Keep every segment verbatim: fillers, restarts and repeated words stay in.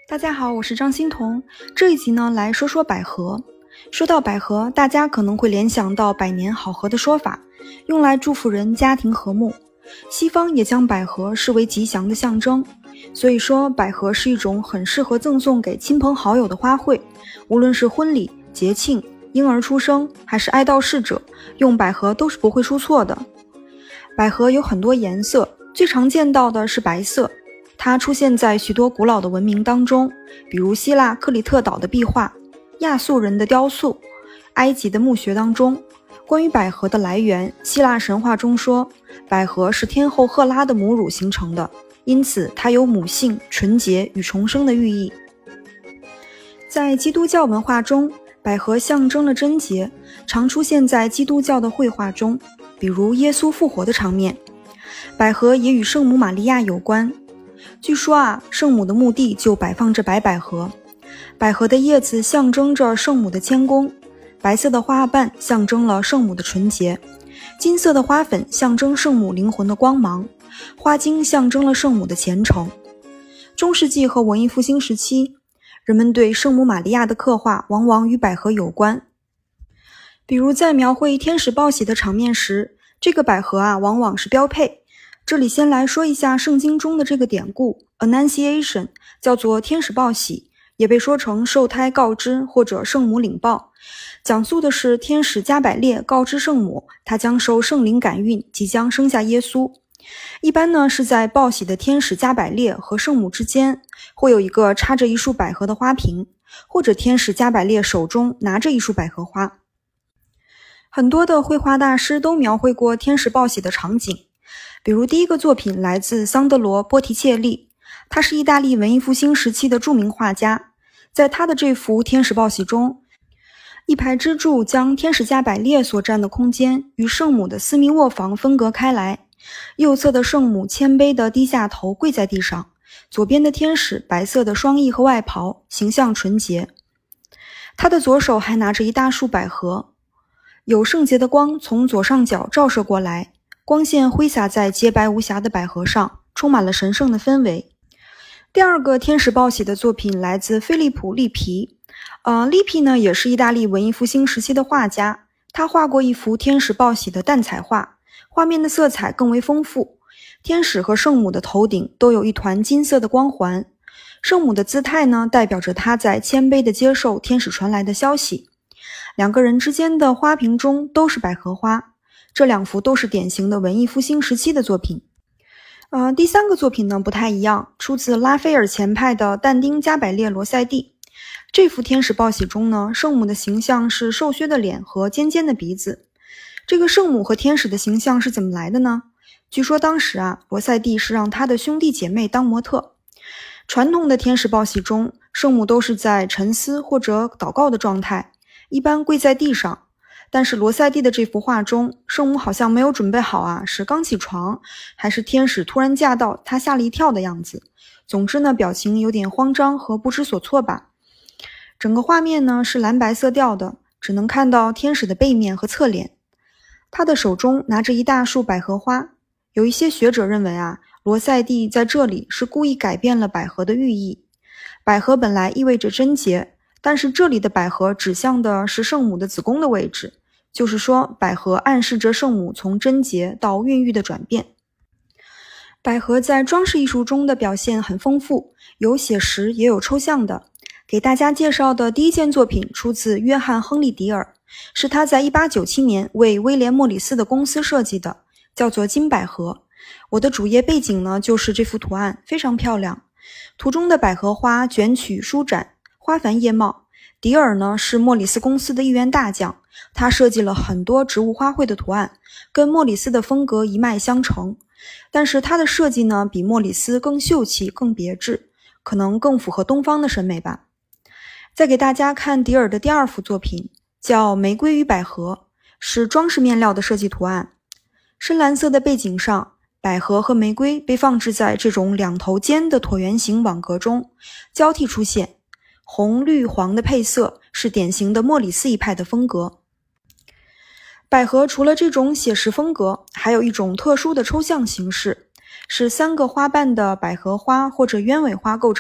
大家好，我是张欣彤。这一集呢，来说说百合。说到百合，大家可能会联想到百年好合的说法，用来祝福人家庭和睦。西方也将百合视为吉祥的象征，所以说百合是一种很适合赠送给亲朋好友的花卉。无论是婚礼、节庆、婴儿出生，还是哀悼逝者，用百合都是不会出错的。百合有很多颜色，最常见到的是白色。它出现在许多古老的文明当中，比如希腊克里特岛的壁画、亚述人的雕塑、埃及的墓穴当中。关于百合的来源，希腊神话中说，百合是天后赫拉的母乳形成的，因此它有母性、纯洁与重生的寓意。在基督教文化中，百合象征了贞洁，常出现在基督教的绘画中，比如耶稣复活的场面。百合也与圣母玛利亚有关。据说啊，圣母的墓地就摆放着白百合，百合的叶子象征着圣母的谦恭，白色的花瓣象征了圣母的纯洁，金色的花粉象征圣母灵魂的光芒，花茎象征了圣母的虔诚。中世纪和文艺复兴时期，人们对圣母玛利亚的刻画往往与百合有关，比如在描绘天使报喜的场面时，这个百合啊往往是标配。这里先来说一下圣经中的这个典故 Annunciation， 叫做天使报喜，也被说成受胎告知或者圣母领报，讲述的是天使加百列告知圣母，他将受圣灵感孕，即将生下耶稣。一般呢是在报喜的天使加百列和圣母之间会有一个插着一束百合的花瓶，或者天使加百列手中拿着一束百合花。很多的绘画大师都描绘过天使报喜的场景，比如第一个作品来自桑德罗·波提切利，他是意大利文艺复兴时期的著名画家。在他的这幅天使报喜中，一排支柱将天使加百列所占的空间与圣母的私密卧房分隔开来，右侧的圣母谦卑地低下头跪在地上，左边的天使白色的双翼和外袍，形象纯洁。他的左手还拿着一大束百合，有圣洁的光从左上角照射过来，光线挥洒在洁白无瑕的百合上，充满了神圣的氛围。第二个天使报喜的作品来自菲利普·利皮。呃，利皮呢也是意大利文艺复兴时期的画家，他画过一幅天使报喜的淡彩画，画面的色彩更为丰富。天使和圣母的头顶都有一团金色的光环，圣母的姿态呢代表着她在谦卑地接受天使传来的消息。两个人之间的花瓶中都是百合花。这两幅都是典型的文艺复兴时期的作品。呃，第三个作品呢不太一样，出自拉斐尔前派的但丁加百列罗塞蒂。这幅天使报喜中呢，圣母的形象是瘦削的脸和尖尖的鼻子。这个圣母和天使的形象是怎么来的呢？据说当时啊，罗塞蒂是让他的兄弟姐妹当模特。传统的天使报喜中，圣母都是在沉思或者祷告的状态，一般跪在地上。但是罗塞蒂的这幅画中，圣母好像没有准备好啊，是刚起床，还是天使突然驾到，他吓了一跳的样子。总之呢，表情有点慌张和不知所措吧。整个画面呢是蓝白色调的，只能看到天使的背面和侧脸。他的手中拿着一大束百合花。有一些学者认为啊，罗塞蒂在这里是故意改变了百合的寓意。百合本来意味着贞洁，但是这里的百合指向的是圣母的子宫的位置，就是说百合暗示着圣母从贞洁到孕育的转变。百合在装饰艺术中的表现很丰富，有写实也有抽象的。给大家介绍的第一件作品出自约翰·亨利·迪尔，是他在一八九七年为威廉·莫里斯的公司设计的，叫做金百合。我的主页背景呢就是这幅图案，非常漂亮。图中的百合花卷曲舒展，花繁叶茂。迪尔呢是莫里斯公司的一员大将，他设计了很多植物花卉的图案，跟莫里斯的风格一脉相承。但是他的设计呢比莫里斯更秀气更别致，可能更符合东方的审美吧。再给大家看迪尔的第二幅作品，叫玫瑰与百合，是装饰面料的设计图案。深蓝色的背景上，百合和玫瑰被放置在这种两头尖的椭圆形网格中，交替出现。红、绿、黄的配色是典型的莫里斯一派的风格。百合除了这种写实风格，还有一种特殊的抽象形式，是三个花瓣的百合花或者鸢尾花构成的，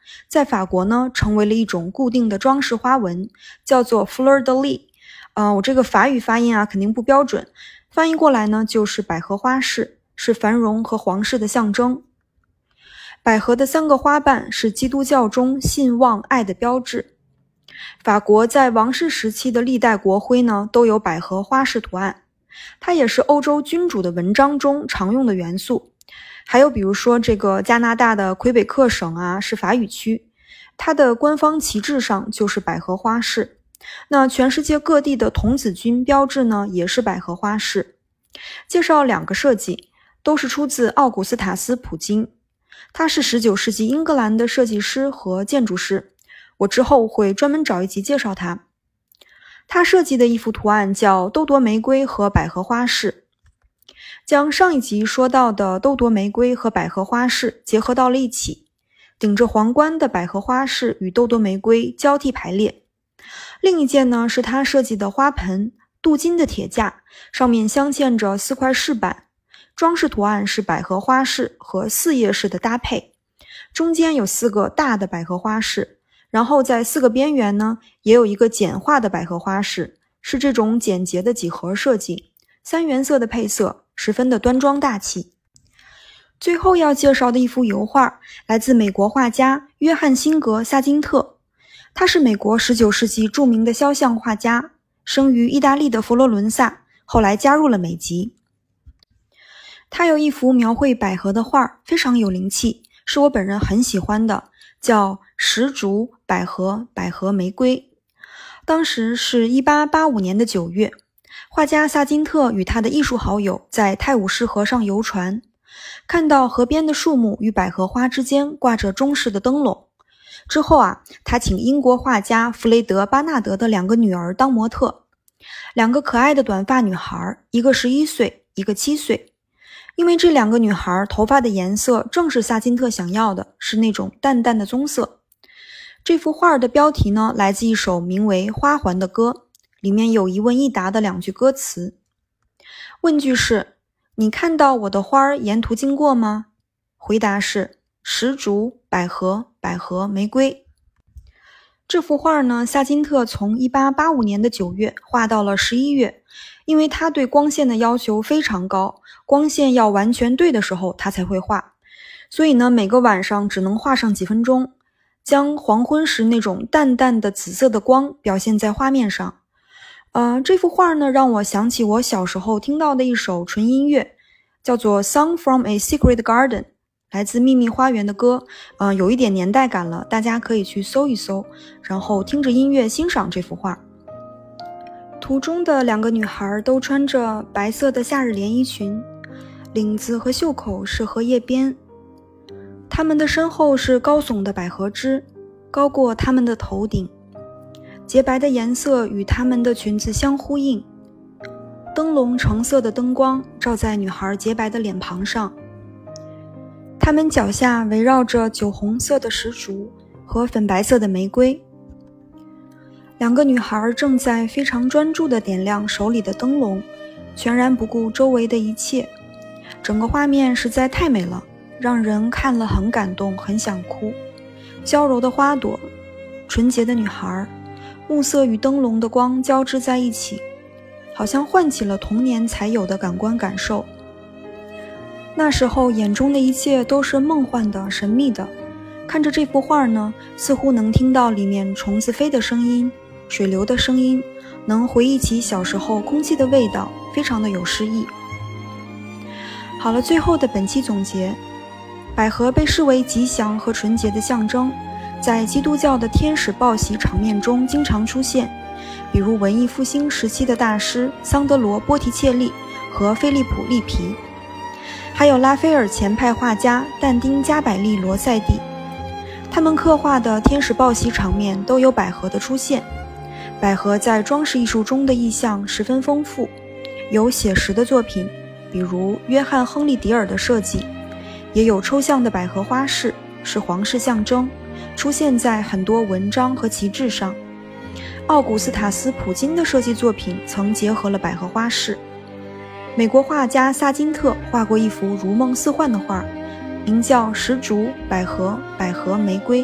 在法国呢成为了一种固定的装饰花纹，叫做 fleur de lis。呃，我这个法语发音啊肯定不标准，翻译过来呢就是百合花饰，是繁荣和皇室的象征。百合的三个花瓣是基督教中信望爱的标志。法国在王室时期的历代国徽呢都有百合花式图案，它也是欧洲君主的文章中常用的元素。还有比如说这个加拿大的魁北克省啊是法语区，它的官方旗帜上就是百合花式。那全世界各地的童子军标志呢也是百合花式。介绍两个设计，都是出自奥古斯塔斯·普金，他是十九世纪英格兰的设计师和建筑师，我之后会专门找一集介绍他。他设计的一幅图案叫兜铎玫瑰和百合花式，将上一集说到的兜铎玫瑰和百合花式结合到了一起，顶着皇冠的百合花式与兜铎玫瑰交替排列。另一件呢是他设计的花盆，镀金的铁架，上面镶嵌着四块饰板，装饰图案是百合花式和四叶式的搭配，中间有四个大的百合花式，然后在四个边缘呢也有一个简化的百合花式，是这种简洁的几何设计，三原色的配色，十分的端庄大气。最后要介绍的一幅油画来自美国画家约翰辛格·萨金特，他是美国十九世纪著名的肖像画家，生于意大利的佛罗伦萨，后来加入了美籍。他有一幅描绘百合的画，非常有灵气，是我本人很喜欢的，叫石竹百合百合玫瑰。当时是一八八五年的九月，画家萨金特与他的艺术好友在泰晤士河上游船，看到河边的树木与百合花之间挂着中式的灯笼。之后啊，他请英国画家弗雷德·巴纳德的两个女儿当模特，两个可爱的短发女孩，一个十一岁，一个七岁。因为这两个女孩头发的颜色正是萨金特想要的，是那种淡淡的棕色。这幅画的标题呢，来自一首名为《花环》的歌，里面有一问一答的两句歌词。问句是：你看到我的花沿途经过吗？回答是：石竹、百合、百合、玫瑰。这幅画呢，萨金特从一八八五年的九月画到了十一月，因为他对光线的要求非常高，光线要完全对的时候他才会画，所以呢，每个晚上只能画上几分钟，将黄昏时那种淡淡的紫色的光表现在画面上。呃，这幅画呢，让我想起我小时候听到的一首纯音乐，叫做 Song from a Secret Garden， 来自秘密花园的歌，呃，有一点年代感了，大家可以去搜一搜，然后听着音乐欣赏这幅画。图中的两个女孩都穿着白色的夏日连衣裙，领子和袖口是荷叶边，她们的身后是高耸的百合枝，高过她们的头顶，洁白的颜色与她们的裙子相呼应，灯笼橙色的灯光照在女孩洁白的脸庞上，她们脚下围绕着酒红色的石竹和粉白色的玫瑰。两个女孩正在非常专注地点亮手里的灯笼，全然不顾周围的一切。整个画面实在太美了，让人看了很感动，很想哭。娇柔的花朵，纯洁的女孩，暮色与灯笼的光交织在一起，好像唤起了童年才有的感官感受。那时候眼中的一切都是梦幻的、神秘的。看着这幅画呢，似乎能听到里面虫子飞的声音，水流的声音，能回忆起小时候空气的味道，非常的有诗意。好了，最后的本期总结，百合被视为吉祥和纯洁的象征，在基督教的天使报喜场面中经常出现，比如文艺复兴时期的大师桑德罗·波提切利和菲利普·利皮，还有拉斐尔前派画家但丁·加百利·罗塞蒂，他们刻画的天使报喜场面都有百合的出现。百合在装饰艺术中的意象十分丰富，有写实的作品，比如约翰·亨利·迪尔的设计，也有抽象的百合花式，是皇室象征，出现在很多文章和旗帜上。奥古斯塔斯·普金的设计作品曾结合了百合花式。美国画家萨金特画过一幅如梦似幻的画，名叫石竹、百合、百合、玫瑰，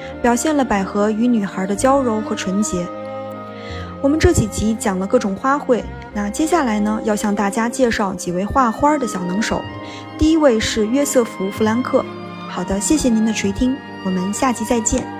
表现了百合与女孩的娇柔和纯洁。我们这几集讲了各种花卉，那接下来呢，要向大家介绍几位画花的小能手。第一位是约瑟夫·弗兰克。好的，谢谢您的垂听，我们下集再见。